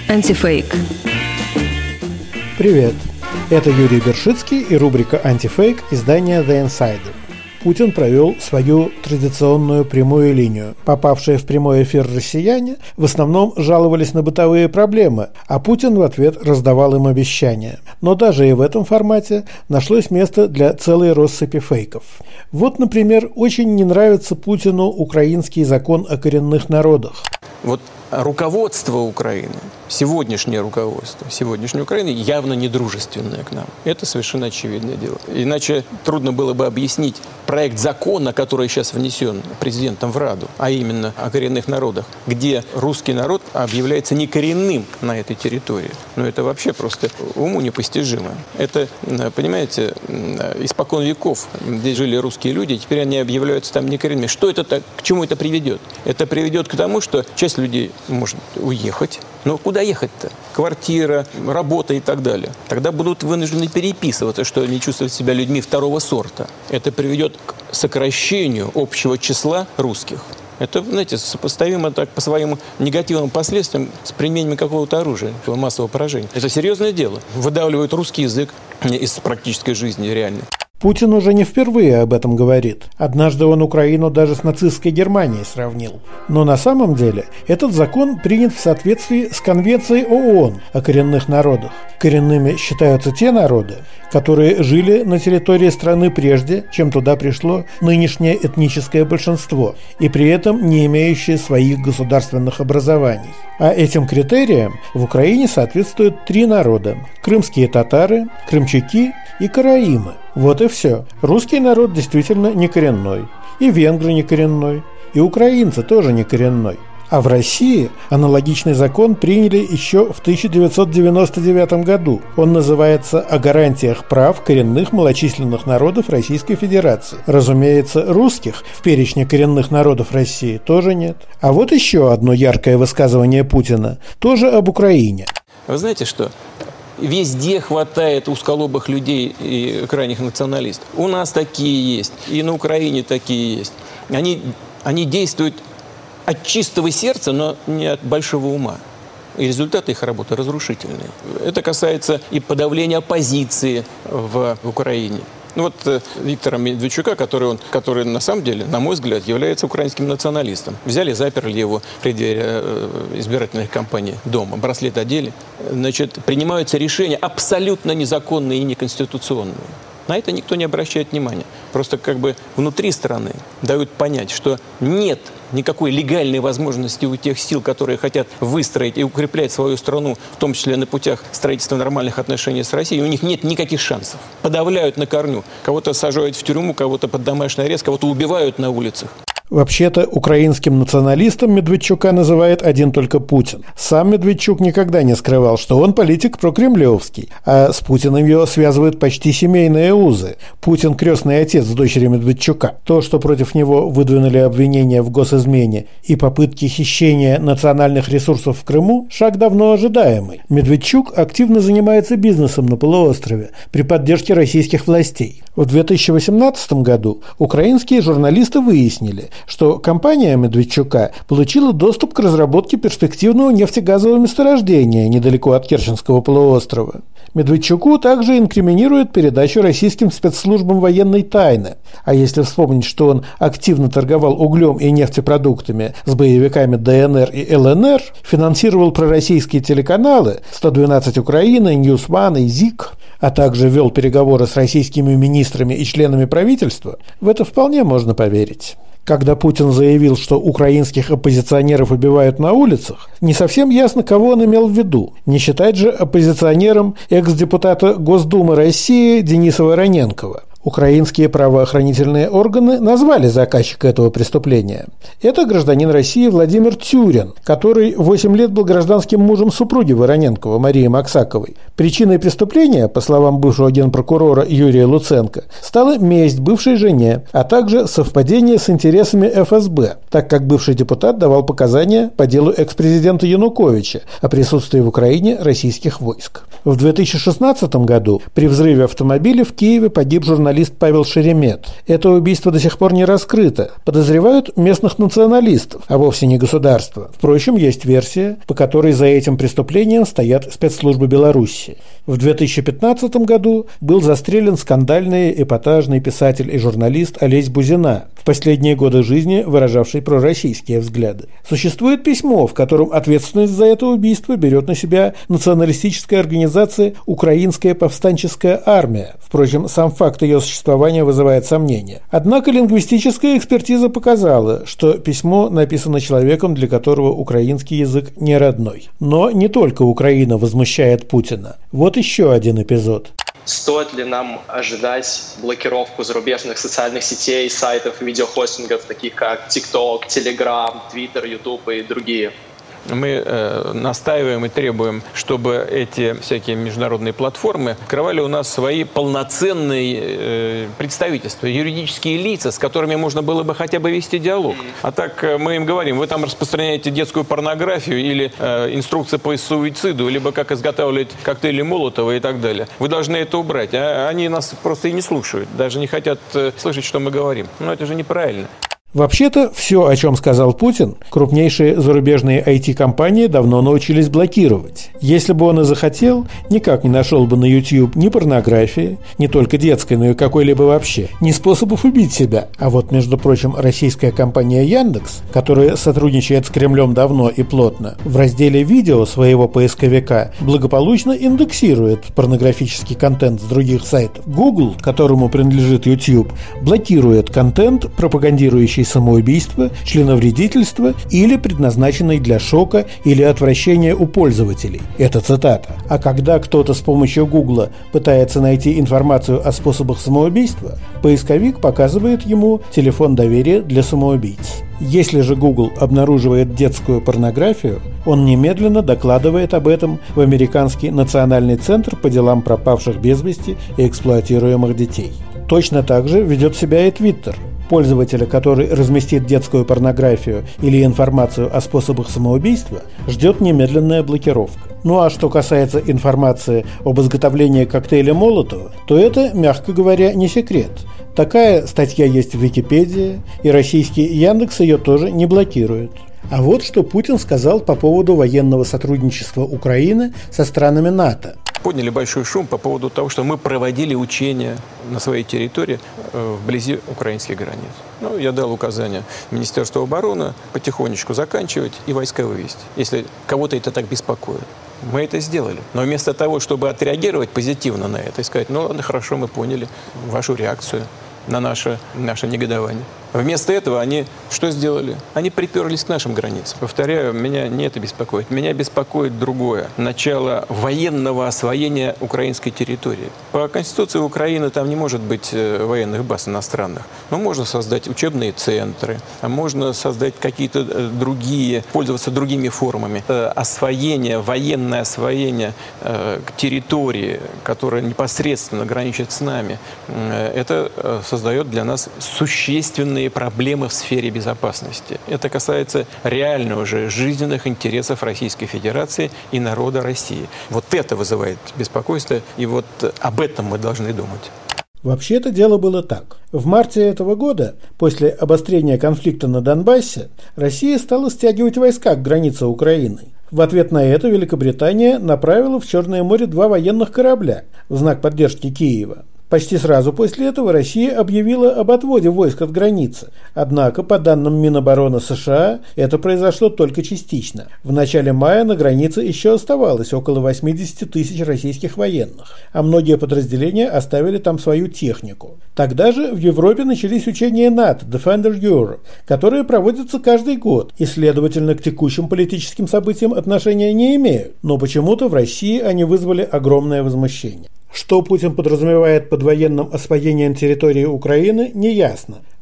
Антифейк. Привет, это Юрий Бершицкий и рубрика «Антифейк» издания The Insider. Путин провел свою традиционную прямую линию. Попавшие в прямой эфир россияне в основном жаловались на бытовые проблемы, а Путин в ответ раздавал им обещания. Но даже и в этом формате нашлось место для целой россыпи фейков. Вот, например, очень не нравится Путину украинский закон о коренных народах. Вот руководство Украины, сегодняшнее руководство сегодняшней Украины явно недружественное к нам. Это совершенно очевидное дело. Иначе трудно было бы объяснить проект закона, который сейчас внесен президентом в Раду, а именно о коренных народах, где русский народ объявляется некоренным на этой территории. Но это вообще просто уму непостижимо. Это, понимаете, испокон веков, где жили русские люди, теперь они объявляются там некоренными. Что это так, к чему это приведет? Это приведет к тому, что часть людей может уехать. Но куда ехать-то? Квартира, работа и так далее. Тогда будут вынуждены переписываться, что они чувствуют себя людьми второго сорта. Это приведет к сокращению общего числа русских. Это, знаете, сопоставимо так по своим негативным последствиям с применением какого-то оружия, массового поражения. Это серьезное дело. Выдавливают русский язык из практической жизни реально. Путин уже не впервые об этом говорит. Однажды он Украину даже с нацистской Германией сравнил. Но на самом деле этот закон принят в соответствии с Конвенцией ООН о коренных народах. Коренными считаются те народы, которые жили на территории страны прежде, чем туда пришло нынешнее этническое большинство, и при этом не имеющие своих государственных образований. А этим критериям в Украине соответствуют 3 народа – крымские татары, крымчаки и караимы. Вот и все. Русский народ действительно не коренной, и венгры не коренной, и украинцы тоже не коренной. А в России аналогичный закон приняли еще в 1999 году. Он называется «О гарантиях прав коренных малочисленных народов Российской Федерации». Разумеется, русских в перечне коренных народов России тоже нет. А вот еще одно яркое высказывание Путина, тоже об Украине. Вы знаете что? Везде хватает узколобых людей и крайних националистов. У нас такие есть, и на Украине такие есть. Они действуют от чистого сердца, но не от большого ума. И результаты их работы разрушительные. Это касается и подавления оппозиции в Украине. Вот Виктора Медведчука, который на самом деле, на мой взгляд, является украинским националистом. Взяли, заперли его в преддверии избирательных кампаний дома, браслет одели. Значит, принимаются решения абсолютно незаконные и неконституционные. На это никто не обращает внимания. Просто как бы внутри страны дают понять, что нет никакой легальной возможности у тех сил, которые хотят выстроить и укреплять свою страну, в том числе на путях строительства нормальных отношений с Россией, у них нет никаких шансов. Подавляют на корню. Кого-то сажают в тюрьму, кого-то под домашний арест, кого-то убивают на улицах. Вообще-то украинским националистом Медведчука называет один только Путин. Сам Медведчук никогда не скрывал, что он политик прокремлевский, а с Путиным его связывают почти семейные узы. Путин – крестный отец дочери Медведчука. То, что против него выдвинули обвинения в госизмене и попытки хищения национальных ресурсов в Крыму – шаг давно ожидаемый. Медведчук активно занимается бизнесом на полуострове при поддержке российских властей. В 2018 году украинские журналисты выяснили, что компания Медведчука получила доступ к разработке перспективного нефтегазового месторождения недалеко от Керченского полуострова. Медведчуку также инкриминируют передачу российским спецслужбам военной тайны. А если вспомнить, что он активно торговал углем и нефтепродуктами с боевиками ДНР и ЛНР, финансировал пророссийские телеканалы 112 Украины, Ньюсван и ЗИК, а также вел переговоры с российскими министрами и членами правительства, в это вполне можно поверить. Когда Путин заявил, что украинских оппозиционеров убивают на улицах, не совсем ясно, кого он имел в виду. Не считать же оппозиционером экс-депутата Госдумы России Дениса Вороненкова. Украинские правоохранительные органы назвали заказчика этого преступления. Это гражданин России Владимир Тюрин, который 8 лет был гражданским мужем супруги Вороненкова Марии Максаковой. Причиной преступления, по словам бывшего генпрокурора Юрия Луценко, стала месть бывшей жене, а также совпадение с интересами ФСБ, так как бывший депутат давал показания по делу экс-президента Януковича о присутствии в Украине российских войск. В 2016 году при взрыве автомобиля в Киеве погиб журналист журналист Павел Шеремет. Это убийство до сих пор не раскрыто. Подозревают местных националистов, а вовсе не государство. Впрочем, есть версия, по которой за этим преступлением стоят спецслужбы Беларуси. В 2015 году был застрелен скандальный эпатажный писатель и журналист Олесь Бузина, в последние годы жизни выражавший пророссийские взгляды. Существует письмо, в котором ответственность за это убийство берет на себя националистическая организация «Украинская повстанческая армия». Впрочем, сам факт ее существования вызывает сомнения. Однако лингвистическая экспертиза показала, что письмо написано человеком, для которого украинский язык не родной. Но не только Украина возмущает Путина. Вот еще один эпизод. Стоит ли нам ожидать блокировку зарубежных социальных сетей, сайтов, видеохостингов, таких как TikTok, Telegram, Twitter, YouTube и другие? Мы настаиваем и требуем, чтобы эти всякие международные платформы открывали у нас свои полноценные представительства, юридические лица, с которыми можно было бы хотя бы вести диалог. А так мы им говорим: вы там распространяете детскую порнографию или инструкции по суициду, либо как изготавливать коктейли Молотова и так далее. Вы должны это убрать. А они нас просто и не слушают, даже не хотят слышать, что мы говорим. Но это же неправильно. Вообще-то, все, о чем сказал Путин, крупнейшие зарубежные IT-компании давно научились блокировать. Если бы он и захотел, никак не нашел бы на YouTube ни порнографии, не только детской, но и какой-либо вообще, ни способов убить себя. А вот, между прочим, российская компания Яндекс, которая сотрудничает с Кремлем давно и плотно, в разделе «Видео» своего поисковика благополучно индексирует порнографический контент с других сайтов. Google, которому принадлежит YouTube, блокирует контент, пропагандирующий самоубийство, членовредительство или предназначенный для шока или отвращения у пользователей. Это цитата. А когда кто-то с помощью Гугла пытается найти информацию о способах самоубийства, поисковик показывает ему телефон доверия для самоубийц. Если же Google обнаруживает детскую порнографию, он немедленно докладывает об этом в Американский национальный центр по делам пропавших без вести и эксплуатируемых детей. Точно так же ведет себя и Twitter. Пользователя, который разместит детскую порнографию или информацию о способах самоубийства, ждет немедленная блокировка. Ну а что касается информации об изготовлении коктейля Молотова, то это, мягко говоря, не секрет. Такая статья есть в Википедии, и российский Яндекс ее тоже не блокирует. А вот что Путин сказал по поводу военного сотрудничества Украины со странами НАТО. Подняли большой шум по поводу того, что мы проводили учения на своей территории вблизи украинских границ. Ну, я дал указание Министерству обороны потихонечку заканчивать и войска вывести, если кого-то это так беспокоит. Мы это сделали. Но вместо того, чтобы отреагировать позитивно на это и сказать: ну ладно, хорошо, мы поняли вашу реакцию на наше негодование. Вместо этого они что сделали? Они приперлись к нашим границам. Повторяю, меня не это беспокоит. Меня беспокоит другое. Начало военного освоения украинской территории. По Конституции Украины там не может быть военных баз иностранных. Но можно создать учебные центры, а можно создать какие-то другие, пользоваться другими формами. Освоение, военное освоение территории, которая непосредственно граничит с нами, это создает для нас существенные проблемы в сфере безопасности. Это касается реально уже жизненных интересов Российской Федерации и народа России. Вот это вызывает беспокойство, и вот об этом мы должны думать. Вообще-то дело было так. В марте этого года, после обострения конфликта на Донбассе, Россия стала стягивать войска к границе Украины. В ответ на это Великобритания направила в Черное море 2 военных корабля в знак поддержки Киева. Почти сразу после этого Россия объявила об отводе войск от границы. Однако, по данным Минобороны США, это произошло только частично. В начале мая на границе еще оставалось около 80 тысяч российских военных, а многие подразделения оставили там свою технику. Тогда же в Европе начались учения НАТО Defender Europe, которые проводятся каждый год и, следовательно, к текущим политическим событиям отношения не имеют. Но почему-то в России они вызвали огромное возмущение. Что Путин подразумевает под военным освоением территории Украины, неясно.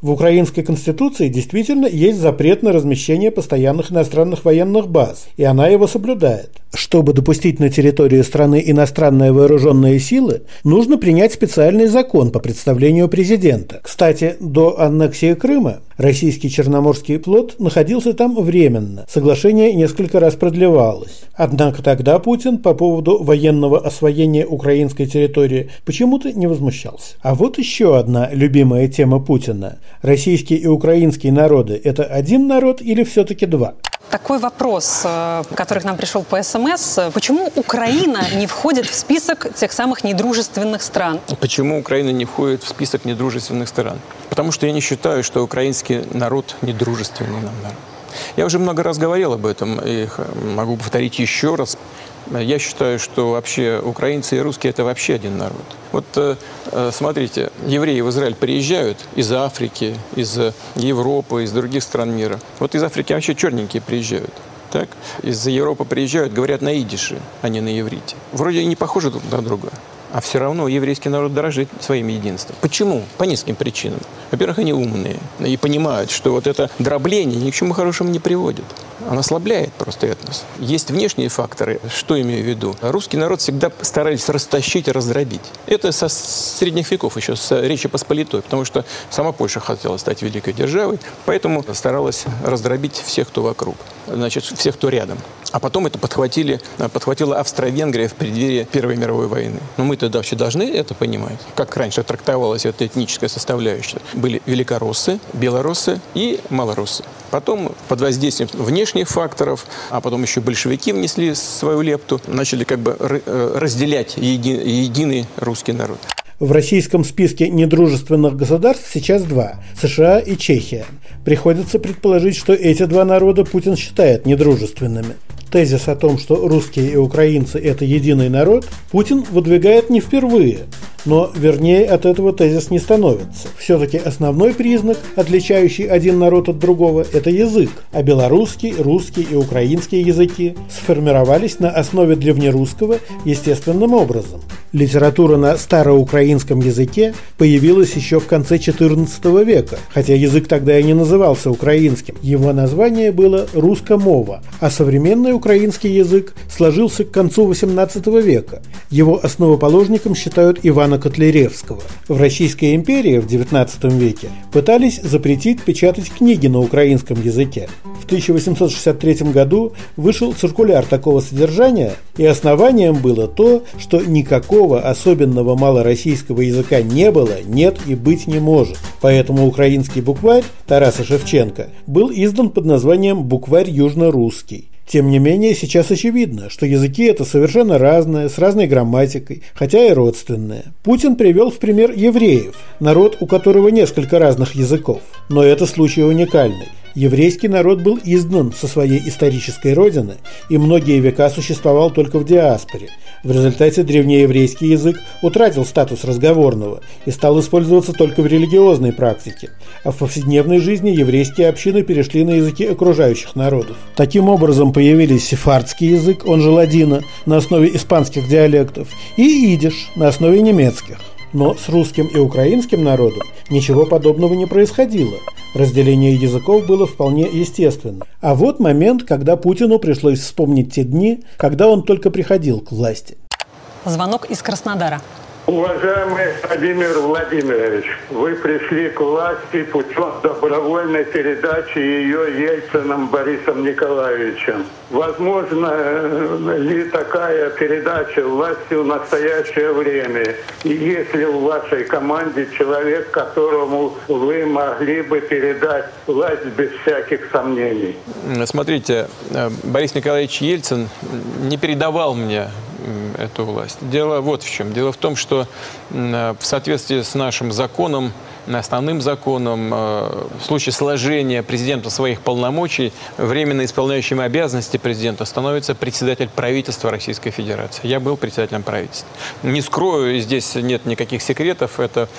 В украинской конституции действительно есть запрет на размещение постоянных иностранных военных баз, и она его соблюдает. Чтобы допустить на территорию страны иностранные вооруженные силы, нужно принять специальный закон по представлению президента. Кстати, до аннексии Крыма российский Черноморский флот находился там временно. Соглашение несколько раз продлевалось. Однако тогда Путин по поводу военного освоения украинской территории почему-то не возмущался. А вот еще одна любимая тема Путина. Российский и украинский народы – это один народ или все-таки два? Такой вопрос, который к нам пришел по СМС. Почему Украина не входит в список тех самых недружественных стран? Почему Украина не входит в список недружественных стран? Потому что я не считаю, что украинский народ недружественный нам народ. Я уже много раз говорил об этом и могу повторить еще раз. Я считаю, что вообще украинцы и русские – это вообще один народ. Вот смотрите, евреи в Израиль приезжают из Африки, из Европы, из других стран мира. Вот из Африки вообще черненькие приезжают. Так? Из Европы приезжают, говорят на идише, а не на иврите. Вроде и не похожи друг на друга. А все равно еврейский народ дорожит своим единством. Почему? По нескольким причинам. Во-первых, они умные и понимают, что вот это дробление ни к чему хорошему не приводит. Оно ослабляет просто этнос. Есть внешние факторы. Что имею в виду? Русский народ всегда старались растащить и раздробить. Это со средних веков, еще с Речи Посполитой, потому что сама Польша хотела стать великой державой, поэтому старалась раздробить всех, кто вокруг. Значит, всех, кто рядом. А потом это подхватила Австро-Венгрия в преддверии Первой мировой войны. Но мы тогда вообще должны это понимать. Как раньше трактовалась эта этническая составляющая. Были великороссы, белороссы и малороссы. Потом под воздействием внешних факторов, а потом еще большевики внесли свою лепту, начали как бы разделять единый русский народ. В российском списке недружественных государств сейчас два – США и Чехия. Приходится предположить, что эти два народа Путин считает недружественными. Тезис о том, что русские и украинцы – это единый народ, Путин выдвигает не впервые. Но вернее от этого тезис не становится. Все-таки основной признак, отличающий один народ от другого, это язык. А белорусский, русский и украинский языки сформировались на основе древнерусского естественным образом. Литература на староукраинском языке появилась еще в конце XIV века, хотя язык тогда и не назывался украинским. Его название было русско-мова, а современный украинский язык сложился к концу XVIII века. Его основоположником считают Ивана Котляревского. В Российской империи в XIX веке пытались запретить печатать книги на украинском языке. В 1863 году вышел циркуляр такого содержания, и основанием было то, что никакого особенного малороссийского языка не было, нет и быть не может. Поэтому украинский букварь Тараса Шевченко был издан под названием «Букварь южно-русский». Тем не менее, сейчас очевидно, что языки это совершенно разные, с разной грамматикой, хотя и родственные. Путин привел в пример евреев, народ, у которого несколько разных языков. Но это случай уникальный. Еврейский народ был изгнан со своей исторической родины и многие века существовал только в диаспоре. В результате древнееврейский язык утратил статус разговорного и стал использоваться только в религиозной практике, а в повседневной жизни еврейские общины перешли на языки окружающих народов. Таким образом появились сефардский язык, он же ладина, на основе испанских диалектов, и идиш на основе немецких. Но с русским и украинским народом ничего подобного не происходило. Разделение языков было вполне естественно. А вот момент, когда Путину пришлось вспомнить те дни, когда он только приходил к власти. Звонок из Краснодара. Уважаемый Владимир Владимирович, вы пришли к власти путем добровольной передачи ее Ельциным Борисом Николаевичем. Возможно ли такая передача власти в настоящее время? И есть ли в вашей команде человек, которому вы могли бы передать власть без всяких сомнений? Смотрите, Борис Николаевич Ельцин не передавал мне эту власть. Дело вот в чем. Дело в том, что в соответствии с нашим законом, основным законом, в случае сложения президента своих полномочий, временно исполняющим обязанности президента становится председатель правительства Российской Федерации. Я был председателем правительства. Не скрою, здесь нет никаких секретов,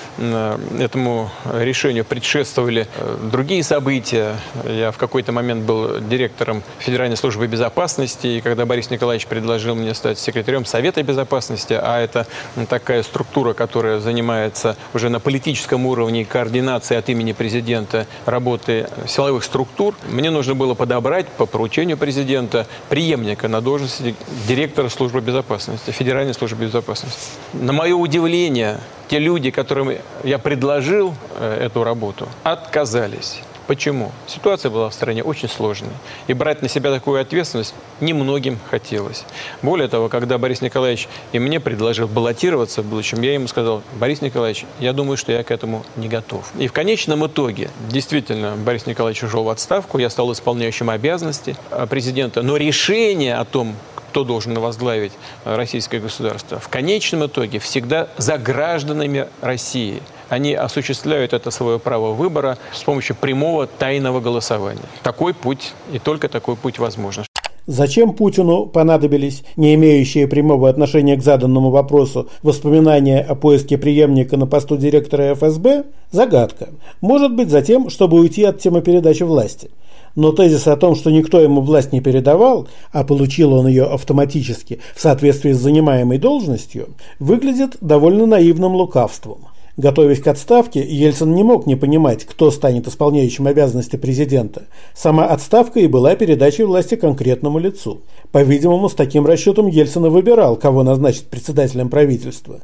этому решению предшествовали другие события. Я в какой-то момент был директором Федеральной службы безопасности, и когда Борис Николаевич предложил мне стать секретарем Совета безопасности, а это такая структура, которая занимается уже на политическом уровне планирования и координации от имени президента работы силовых структур, мне нужно было подобрать по поручению президента преемника на должности директора службы безопасности, Федеральной службы безопасности. На мое удивление, те люди, которым я предложил эту работу, отказались. Почему? Ситуация была в стране очень сложной. И брать на себя такую ответственность немногим хотелось. Более того, когда Борис Николаевич и мне предложил баллотироваться в будущем, я ему сказал: Борис Николаевич, я думаю, что я к этому не готов. И в конечном итоге, действительно, Борис Николаевич ушел в отставку, я стал исполняющим обязанности президента. Но решение о том, кто должен возглавить российское государство, в конечном итоге всегда за гражданами России. Они осуществляют это свое право выбора с помощью прямого тайного голосования. Такой путь, и только такой путь возможен. Зачем Путину понадобились, не имеющие прямого отношения к заданному вопросу, воспоминания о поиске преемника на посту директора ФСБ? Загадка. Может быть, затем, чтобы уйти от темы передачи власти. Но тезис о том, что никто ему власть не передавал, а получил он ее автоматически в соответствии с занимаемой должностью, выглядит довольно наивным лукавством. Готовясь к отставке, Ельцин не мог не понимать, кто станет исполняющим обязанности президента. Сама отставка и была передачей власти конкретному лицу. По-видимому, с таким расчетом Ельцин и выбирал, кого назначить председателем правительства.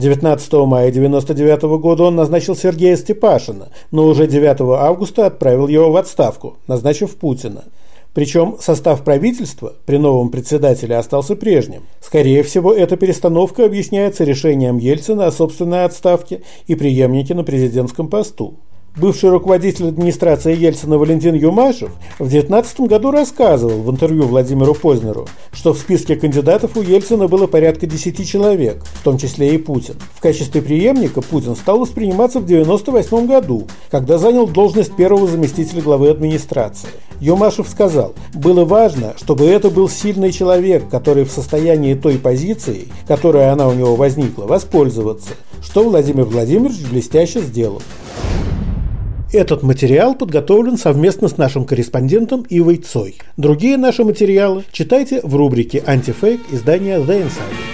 19 мая 1999 года он назначил Сергея Степашина, но уже 9 августа отправил его в отставку, назначив Путина. Причем состав правительства при новом председателе остался прежним. Скорее всего, эта перестановка объясняется решением Ельцина о собственной отставке и преемнике на президентском посту. Бывший руководитель администрации Ельцина Валентин Юмашев в 2019 году рассказывал в интервью Владимиру Познеру, что в списке кандидатов у Ельцина было порядка 10 человек, в том числе и Путин. В качестве преемника Путин стал восприниматься в 1998 году, когда занял должность первого заместителя главы администрации. Юмашев сказал: «Было важно, чтобы это был сильный человек, который в состоянии той позиции, которая она у него возникла, воспользоваться, что Владимир Владимирович блестяще сделал». Этот материал подготовлен совместно с нашим корреспондентом Ивой Цой. Другие наши материалы читайте в рубрике «Антифейк» издания The Insider.